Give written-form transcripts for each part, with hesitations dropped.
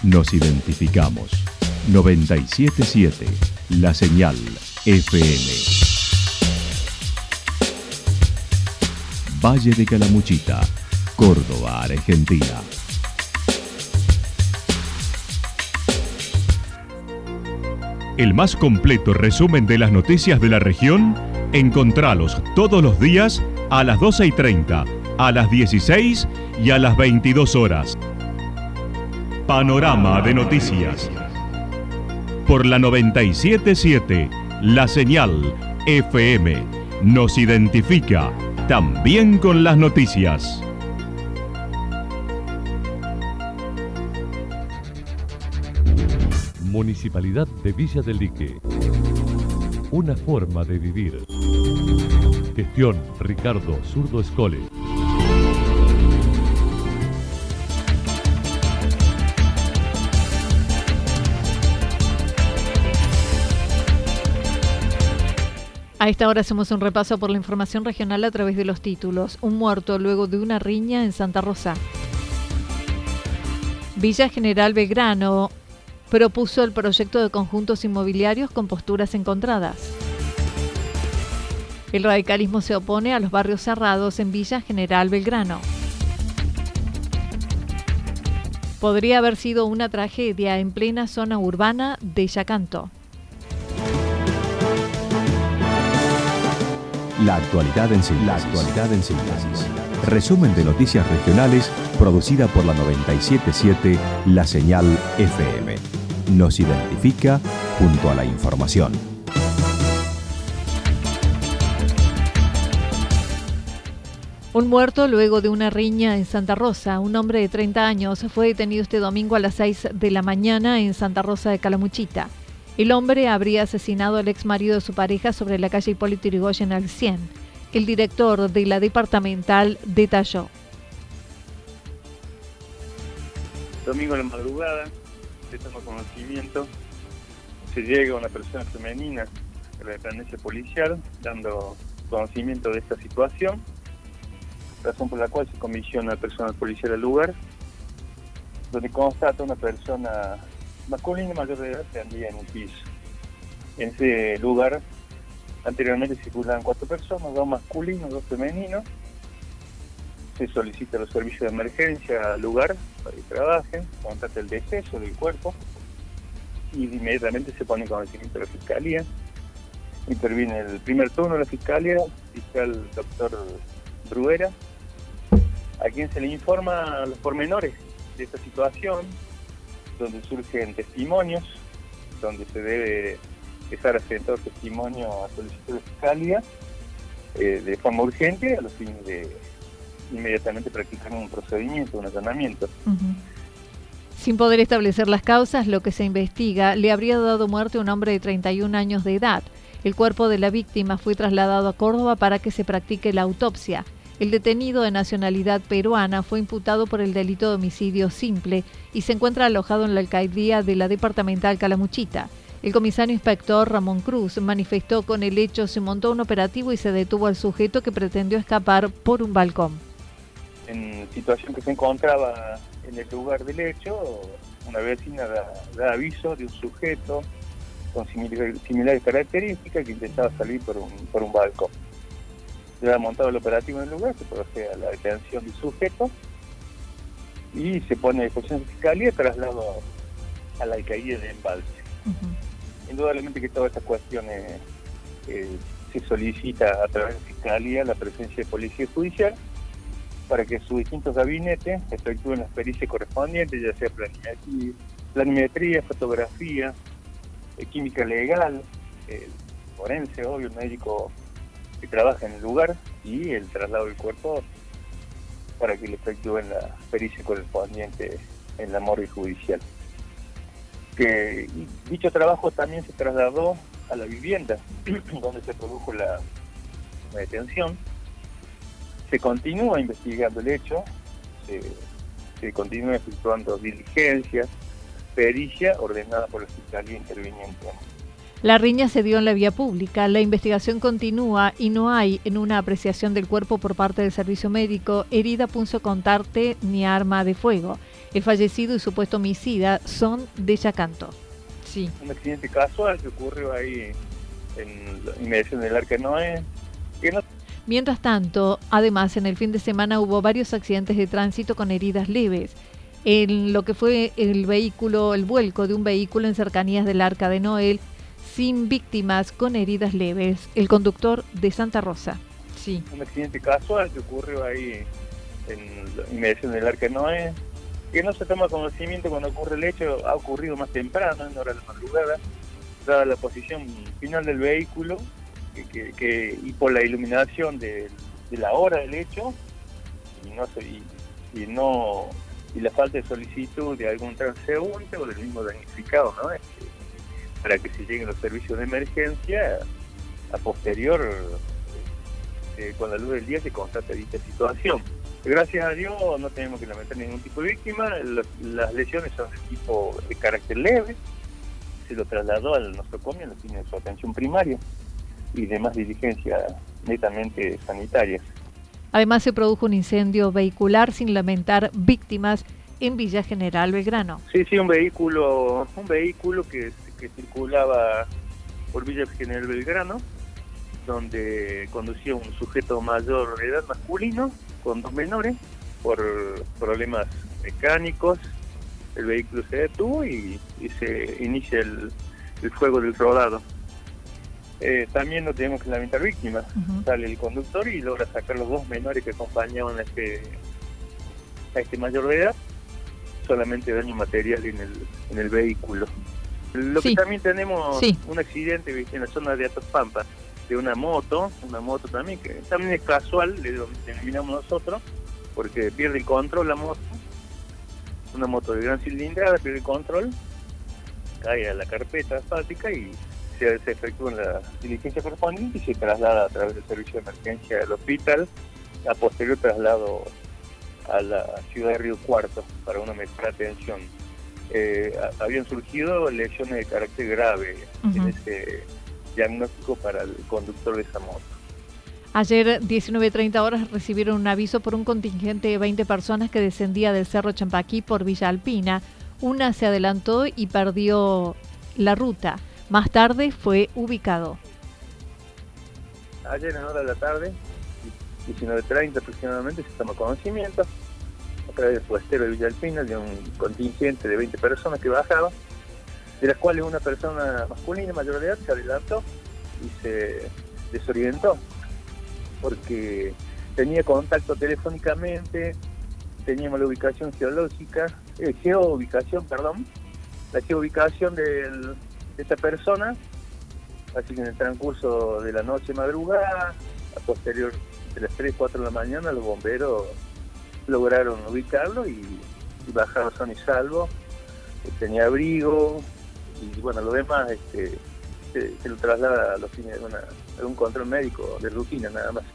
Nos identificamos. 977 La Señal FM. Valle de Calamuchita, Córdoba, Argentina. El más completo resumen de las noticias de la región, encontralos todos los días a las 12:30, a las 16 y a las 22 horas. Panorama de Noticias. Por la 977, La Señal FM. Nos identifica también con las noticias. Municipalidad de Villa del Lique. Una forma de vivir. Gestión Ricardo Zurdo Escole. A esta hora hacemos un repaso por la información regional a través de los títulos. Un muerto luego de una riña en Santa Rosa. Villa General Belgrano propuso el proyecto de conjuntos inmobiliarios con posturas encontradas. El radicalismo se opone a los barrios cerrados en Villa General Belgrano. Podría haber sido una tragedia en plena zona urbana de Yacanto. La actualidad en síntesis. Resumen de noticias regionales producida por la 977 La Señal FM. Nos identifica junto a la información. Un muerto luego de una riña en Santa Rosa. Un hombre de 30 años fue detenido este domingo a las 6 de la mañana en Santa Rosa de Calamuchita. El hombre habría asesinado al ex marido de su pareja sobre la calle Hipólito Yrigoyen al 100. El director de la departamental detalló. Domingo en la madrugada, se toma conocimiento, se llega a una persona femenina de la dependencia policial, dando conocimiento de esta situación, razón por la cual se comisiona al personal policial al lugar, donde constata una persona masculina mayor de edad tendida en un piso. En ese lugar anteriormente circulaban 4 personas, 2 masculinos, 2 femeninos. Se solicita los servicios de emergencia al lugar para que trabajen, constata el deceso del cuerpo y inmediatamente se pone en conocimiento de la Fiscalía. Interviene el primer turno de la Fiscalía, fiscal doctor Bruera, a quien se le informa los pormenores de esta situación, donde surgen testimonios, donde se debe empezar a presentar testimonio a solicitud de Fiscalía de forma urgente a los fines de inmediatamente practicar un procedimiento, un allanamiento. Sin poder establecer las causas, lo que se investiga le habría dado muerte a un hombre de 31 años de edad. El cuerpo de la víctima fue trasladado a Córdoba para que se practique la autopsia. El detenido de nacionalidad peruana fue imputado por el delito de homicidio simple y se encuentra alojado en la alcaldía de la departamental Calamuchita. El comisario inspector Ramón Cruz manifestó que con el hecho se montó un operativo y se detuvo al sujeto que pretendió escapar por un balcón. En situación que se encontraba en el lugar del hecho, una vecina da aviso de un sujeto con similares características que intentaba salir por un balcón. Se ha montado el operativo en el lugar, se procede a la detención del sujeto y se pone a disposición de Fiscalía y traslado a la alcaldía de Embalse. Indudablemente que todas estas cuestiones se solicita a través de Fiscalía la presencia de Policía Judicial para que sus distintos gabinetes efectúen las pericias correspondientes, ya sea planimetría, fotografía, química legal, forense, obvio, el médico que trabaja en el lugar y el traslado del cuerpo para que le efectúen la pericia correspondiente en la morgue judicial. Y dicho trabajo también se trasladó a la vivienda donde se produjo la detención. Se continúa investigando el hecho, se continúa efectuando diligencias, pericia ordenada por la Fiscalía interviniente. La riña se dio en la vía pública, la investigación continúa y no hay en una apreciación del cuerpo por parte del servicio médico herida punzocontarte ni arma de fuego. El fallecido y supuesto homicida son de Yacanto. Sí. Un accidente casual que ocurrió ahí en la inmediación del Arca Noé. Mientras tanto, además, en el fin de semana hubo varios accidentes de tránsito con heridas leves. En lo que fue el vuelco de un vehículo en cercanías del Arca de Noé, sin víctimas, con heridas leves. El conductor de Santa Rosa. Sí. Un accidente casual que ocurrió ahí en la inmediación del Arca Noé, que no se toma conocimiento cuando ocurre el hecho. Ha ocurrido más temprano, en hora de la madrugada, dada la posición final del vehículo y por la iluminación de la hora del hecho y la falta de solicitud de algún transeúnte o del mismo damnificado, ¿no? Para que se lleguen los servicios de emergencia, a posterior, con la luz del día se constata dicha situación. Gracias a Dios no tenemos que lamentar ningún tipo de víctima. Las lesiones son de carácter leve. Se lo trasladó al nosocomio, lo tiene su atención primaria y demás diligencias netamente sanitarias. Además, se produjo un incendio vehicular sin lamentar víctimas en Villa General Belgrano. Sí, un vehículo que circulaba por Villa General Belgrano, donde conducía un sujeto mayor de edad masculino con dos menores. Por problemas mecánicos, el vehículo se detuvo y se inicia el fuego del rodado. También no tenemos que lamentar víctimas. Sale el conductor y logra sacar los dos menores que acompañaban a este mayor de edad. Solamente daño material en el vehículo. Que también tenemos un accidente en la zona de Atos Pampa, de una moto también, que también es casual, le denominamos nosotros, porque pierde el control la moto. Una moto de gran cilindrada, pierde el control, cae a la carpeta asfáltica y se efectúa en la diligencia correspondiente y se traslada a través del servicio de emergencia del hospital, a posterior traslado a la ciudad de Río Cuarto para una mejor atención. Habían surgido lesiones de carácter grave en ese diagnóstico para el conductor de esa moto. Ayer, 19:30 horas, recibieron un aviso por un contingente de 20 personas que descendía del Cerro Champaquí por Villa Alpina. Una se adelantó y perdió la ruta. Más tarde fue ubicado. Ayer en hora de la tarde, 19:30 aproximadamente, se toma conocimiento a través del puestero de Villa Alpina de un contingente de 20 personas que bajaba, de las cuales una persona masculina mayor de edad se adelantó y se desorientó porque tenía contacto telefónicamente, teníamos la ubicación la geoubicación de esta persona, así que en el transcurso de la noche madrugada, a posterior de las 3, 4 de la mañana, los bomberos lograron ubicarlo y bajaron sano y salvo. Tenía abrigo y bueno, lo demás se lo traslada a los fines de un control médico de rutina nada más.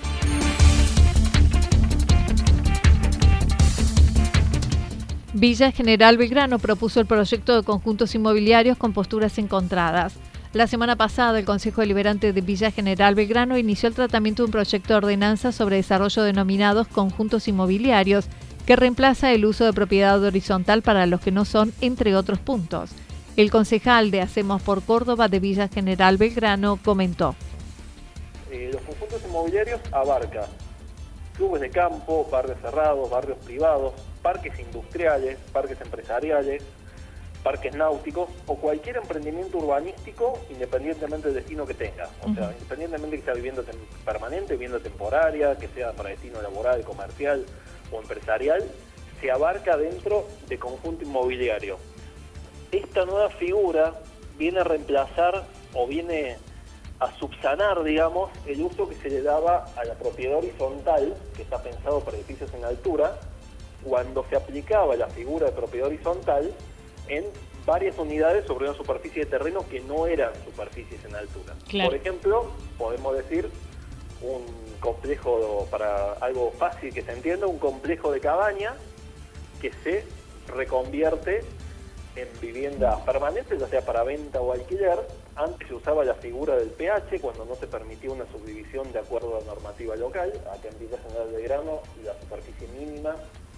Villa General Belgrano propuso el proyecto de conjuntos inmobiliarios con posturas encontradas. La semana pasada, el Consejo Deliberante de Villa General Belgrano inició el tratamiento de un proyecto de ordenanza sobre desarrollo denominados conjuntos inmobiliarios, que reemplaza el uso de propiedad horizontal para los que no son, entre otros puntos. El concejal de Hacemos por Córdoba de Villa General Belgrano comentó. Los conjuntos inmobiliarios abarcan clubes de campo, barrios cerrados, barrios privados, parques industriales, parques empresariales, parques náuticos o cualquier emprendimiento urbanístico independientemente del destino que tenga. O sea, independientemente que sea vivienda permanente, vivienda temporaria, que sea para destino laboral, comercial o empresarial, se abarca dentro de conjunto inmobiliario. Esta nueva figura viene a reemplazar o viene a subsanar, digamos, el uso que se le daba a la propiedad horizontal, que está pensado para edificios en altura, cuando se aplicaba la figura de propiedad horizontal en varias unidades sobre una superficie de terreno que no eran superficies en altura. Claro. Por ejemplo, podemos decir un complejo, para algo fácil que se entienda, un complejo de cabaña que se reconvierte en vivienda permanente, ya sea para venta o alquiler. Antes se usaba la figura del PH cuando no se permitía una subdivisión de acuerdo a la normativa local. Acá en Villa General Belgrano la superficie mínima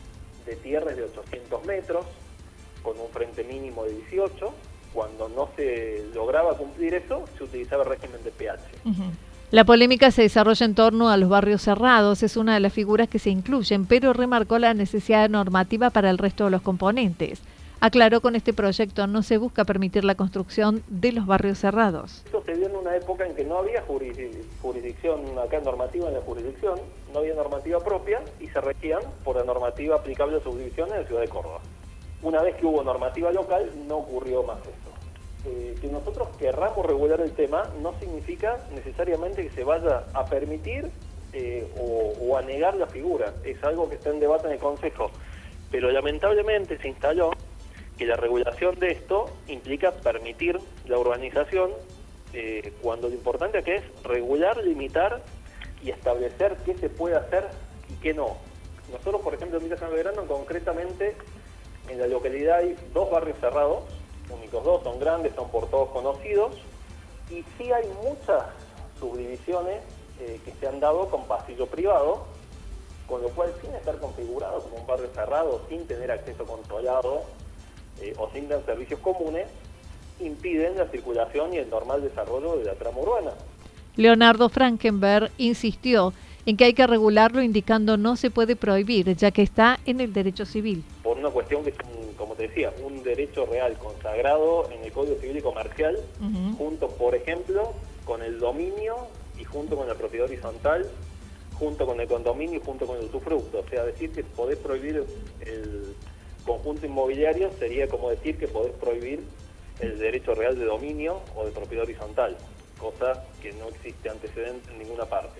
de tierras de 800 metros, con un frente mínimo de 18. Cuando no se lograba cumplir eso, se utilizaba el régimen de pH. La polémica se desarrolla en torno a los barrios cerrados, es una de las figuras que se incluyen, pero remarcó la necesidad normativa para el resto de los componentes. Aclaró, con este proyecto no se busca permitir la construcción de los barrios cerrados. Esto se dio en una época en que no había jurisdicción, acá normativa en la jurisdicción, no había normativa propia y se regían por la normativa aplicable a subdivisiones en la ciudad de Córdoba. Una vez que hubo normativa local, no ocurrió más esto. Que nosotros querramos regular el tema no significa necesariamente que se vaya a permitir o a negar la figura. Es algo que está en debate en el Consejo. Pero lamentablemente se instaló que la regulación de esto implica permitir la urbanización cuando lo importante aquí es regular, limitar y establecer qué se puede hacer y qué no. Nosotros, por ejemplo, en Villa San Belgrano, concretamente, en la localidad hay 2 barrios cerrados, únicos 2, son grandes, son por todos conocidos, y sí hay muchas subdivisiones que se han dado con pasillo privado, con lo cual, sin estar configurado como un barrio cerrado, sin tener acceso controlado o sin tener servicios comunes, impiden la circulación y el normal desarrollo de la trama urbana. Leonardo Frankenberg insistió en que hay que regularlo, indicando no se puede prohibir, ya que está en el derecho civil. Por una cuestión que es, como te decía, un derecho real consagrado en el Código Civil y Comercial, junto, por ejemplo, con el dominio y junto con la propiedad horizontal, junto con el condominio y junto con el usufructo. O sea, decir que podés prohibir el conjunto inmobiliario sería como decir que podés prohibir el derecho real de dominio o de propiedad horizontal, cosa que no existe antecedente en ninguna parte.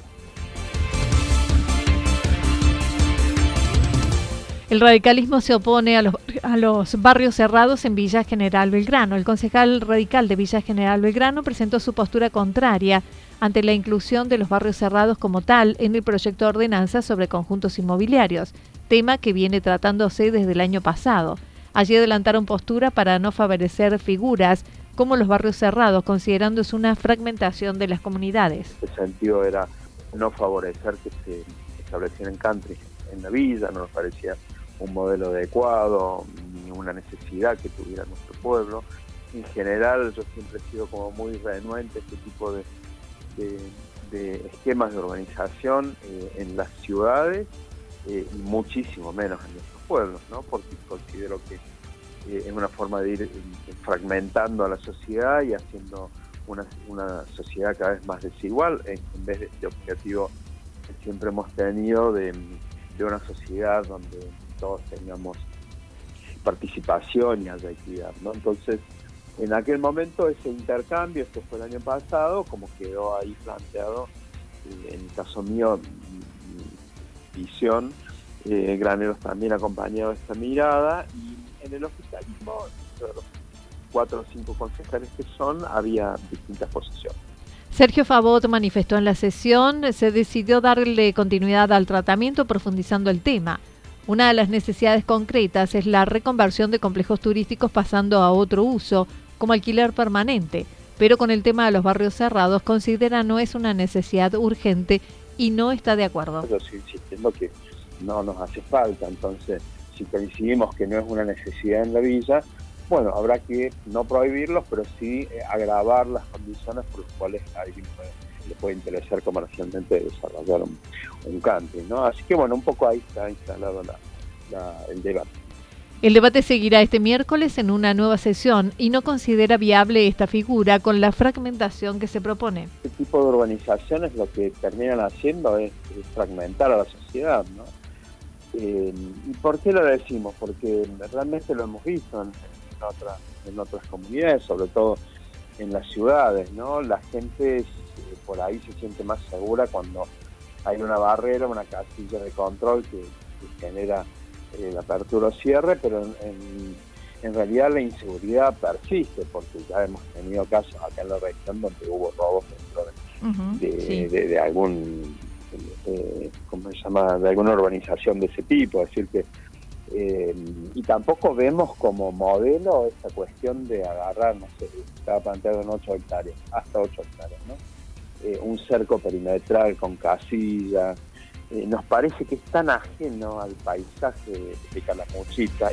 El radicalismo se opone a los barrios cerrados en Villa General Belgrano. El concejal radical de Villa General Belgrano presentó su postura contraria ante la inclusión de los barrios cerrados como tal en el proyecto de ordenanza sobre conjuntos inmobiliarios, tema que viene tratándose desde el año pasado. Allí adelantaron postura para no favorecer figuras como los barrios cerrados, considerándose una fragmentación de las comunidades. El sentido era no favorecer que se establecieran country en la villa, no nos parecía un modelo adecuado ni una necesidad que tuviera nuestro pueblo. En general, yo siempre he sido como muy renuente a este tipo de esquemas de urbanización en las ciudades y muchísimo menos en nuestros pueblos, ¿no? Porque considero que es una forma de ir fragmentando a la sociedad y haciendo una sociedad cada vez más desigual, en vez de este objetivo que siempre hemos tenido de una sociedad donde todos tengamos participación y haya equidad, ¿no? Entonces, en aquel momento ese intercambio, esto fue el año pasado, como quedó ahí planteado, en el caso mío, mi visión, Graneros también acompañado de esta mirada, y en el oficialismo, de los 4 o 5 concejales que son, había distintas posiciones. Sergio Favot manifestó en la sesión, se decidió darle continuidad al tratamiento profundizando el tema. Una de las necesidades concretas es la reconversión de complejos turísticos pasando a otro uso, como alquiler permanente, pero con el tema de los barrios cerrados considera no es una necesidad urgente y no está de acuerdo. Yo sigo insistiendo que no nos hace falta, entonces si coincidimos que no es una necesidad en la villa, bueno, habrá que no prohibirlos, pero sí agravar las condiciones por las cuales a alguien le puede interesar comercialmente desarrollar un country, ¿no? Así que bueno, un poco ahí está instalado el debate. El debate seguirá este miércoles en una nueva sesión y no considera viable esta figura con la fragmentación que se propone. Este tipo de urbanizaciones lo que terminan haciendo es fragmentar a la sociedad, ¿no? ¿Y por qué lo decimos? Porque realmente lo hemos visto en otras comunidades, sobre todo en las ciudades, ¿no? La gente por ahí se siente más segura cuando hay una barrera, una casilla de control que genera la apertura o cierre, pero en realidad la inseguridad persiste, porque ya hemos tenido casos acá en la región donde hubo robos dentro de algún, ¿cómo se llama?, de alguna urbanización de ese tipo. Es decir que y tampoco vemos como modelo esta cuestión de agarrar, no sé, estaba planteado en 8 hectáreas, hasta 8 hectáreas, ¿no? Un cerco perimetral con casillas, nos parece que es tan ajeno al paisaje de Calamuchita.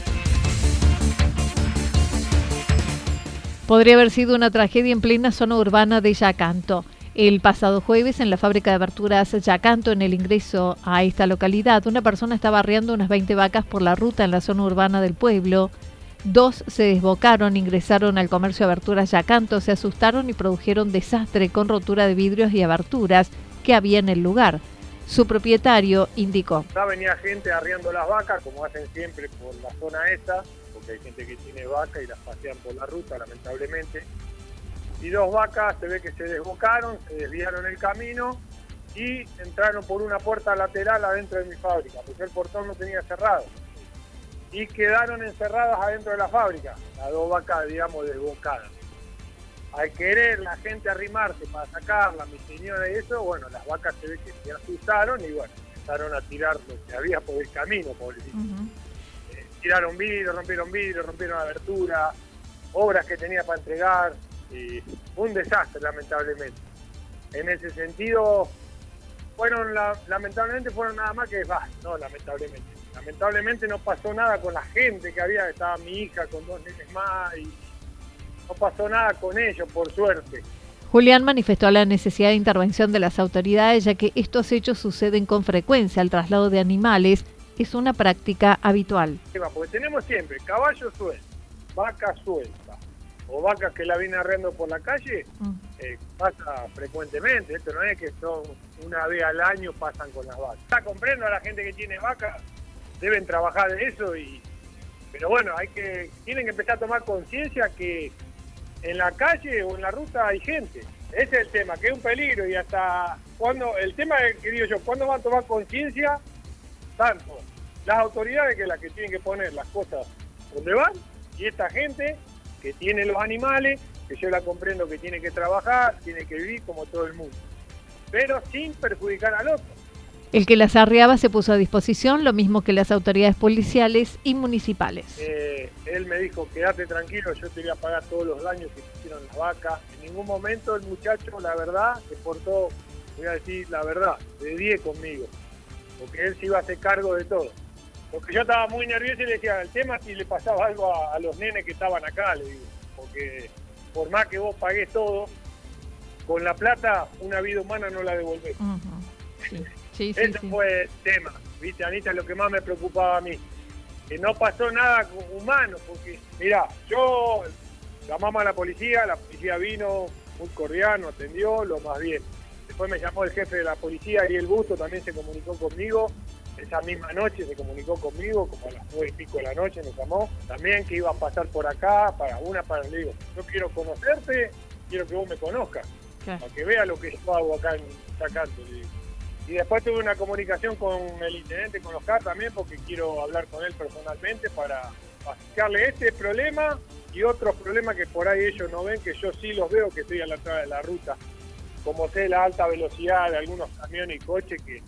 Podría haber sido una tragedia en plena zona urbana de Yacanto. El pasado jueves, en la fábrica de aberturas Yacanto, en el ingreso a esta localidad, una persona estaba arreando unas 20 vacas por la ruta en la zona urbana del pueblo. 2 se desbocaron, ingresaron al comercio de aberturas Yacanto, se asustaron y produjeron desastre con rotura de vidrios y aberturas que había en el lugar. Su propietario indicó: Ya venía gente arreando las vacas, como hacen siempre por la zona esa, porque hay gente que tiene vaca y las pasean por la ruta, lamentablemente. Y 2 vacas se ve que se desbocaron, se desviaron el camino y entraron por una puerta lateral adentro de mi fábrica, porque el portón no tenía cerrado. Y quedaron encerradas adentro de la fábrica, las 2 vacas, digamos, desbocadas. Al querer la gente arrimarse para sacarla, mi señora y eso, bueno, las vacas se ve que se asustaron y bueno, empezaron a tirar lo que había por el camino, pobrecito. Tiraron vidrio, rompieron abertura, obras que tenía para entregar, un desastre, lamentablemente. En ese sentido, lamentablemente fueron nada más que lamentablemente no pasó nada con la gente que había, estaba mi hija con 2 nenes más y no pasó nada con ellos, por suerte. Julián manifestó la necesidad de intervención de las autoridades, ya que estos hechos suceden con frecuencia. El traslado de animales es una práctica habitual. Porque tenemos siempre caballos sueltos, vacas sueltas, o vacas que la vienen arreando por la calle, pasa frecuentemente. Esto no es que son una vez al año pasan con las vacas. Ya comprendo a la gente que tiene vacas, deben trabajar de eso, pero bueno, tienen que empezar a tomar conciencia que en la calle o en la ruta hay gente. Ese es el tema, que es un peligro, y hasta cuando, el tema es que digo yo, ¿cuándo van a tomar conciencia tanto las autoridades, que es las que tienen que poner las cosas donde van, y esta gente que tiene los animales, que yo la comprendo que tiene que trabajar, tiene que vivir como todo el mundo, pero sin perjudicar al otro? El que las arreaba se puso a disposición, lo mismo que las autoridades policiales y municipales. Él me dijo: quédate tranquilo, yo te voy a pagar todos los daños que hicieron las vacas. En ningún momento el muchacho, la verdad, se portó, voy a decir la verdad, de 10 conmigo, porque él se iba a hacer cargo de todo. Porque yo estaba muy nervioso y le decía, el tema si le pasaba algo a los nenes que estaban acá, le digo, porque por más que vos pagués todo, con la plata una vida humana no la devolvés. Sí, ese fue el tema, ¿viste, Anita? Lo que más me preocupaba a mí, que no pasó nada humano, porque, mirá, yo llamamos a la policía vino muy cordial, nos atendió lo más bien. Después me llamó el jefe de la policía, Ariel Busto, también se comunicó conmigo, esa misma noche se comunicó conmigo, como a las 9:00 de la noche me llamó, también que iba a pasar por acá, le digo, yo quiero conocerte, quiero que vos me conozcas, para que veas lo que yo hago acá en Yacanto, le digo. Y después tuve una comunicación con el intendente, con Oscar también, porque quiero hablar con él personalmente para explicarle este problema y otros problemas que por ahí ellos no ven, que yo sí los veo, que estoy a la entrada de la ruta, como sé la alta velocidad de algunos camiones y coches que...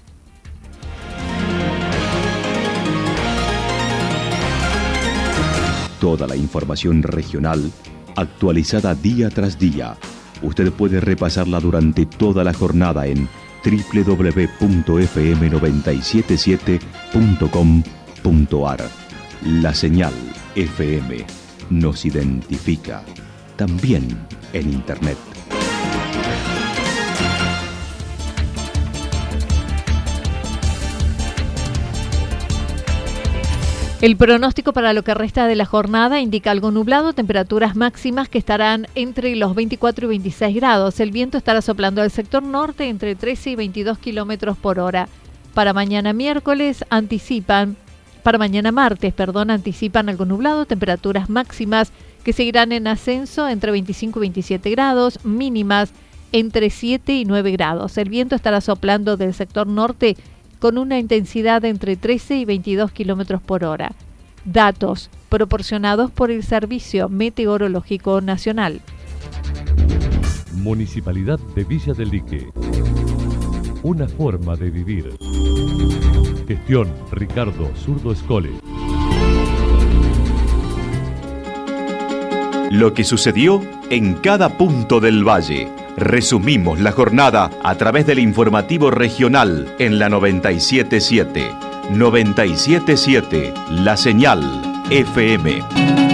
Toda la información regional actualizada día tras día. Usted puede repasarla durante toda la jornada en www.fm977.com.ar. La señal FM nos identifica también en Internet. El pronóstico para lo que resta de la jornada indica algo nublado, temperaturas máximas que estarán entre los 24 y 26 grados. El viento estará soplando al sector norte entre 13 y 22 kilómetros por hora. Para mañana martes, anticipan algo nublado, temperaturas máximas que seguirán en ascenso entre 25 y 27 grados, mínimas entre 7 y 9 grados. El viento estará soplando del sector norte con una intensidad de entre 13 y 22 kilómetros por hora. Datos proporcionados por el Servicio Meteorológico Nacional. Municipalidad de Villa del Lique. Una forma de vivir. Gestión Ricardo Zurdo Escole. Lo que sucedió en cada punto del valle. Resumimos la jornada a través del informativo regional en la 97.7. 97.7, La Señal FM.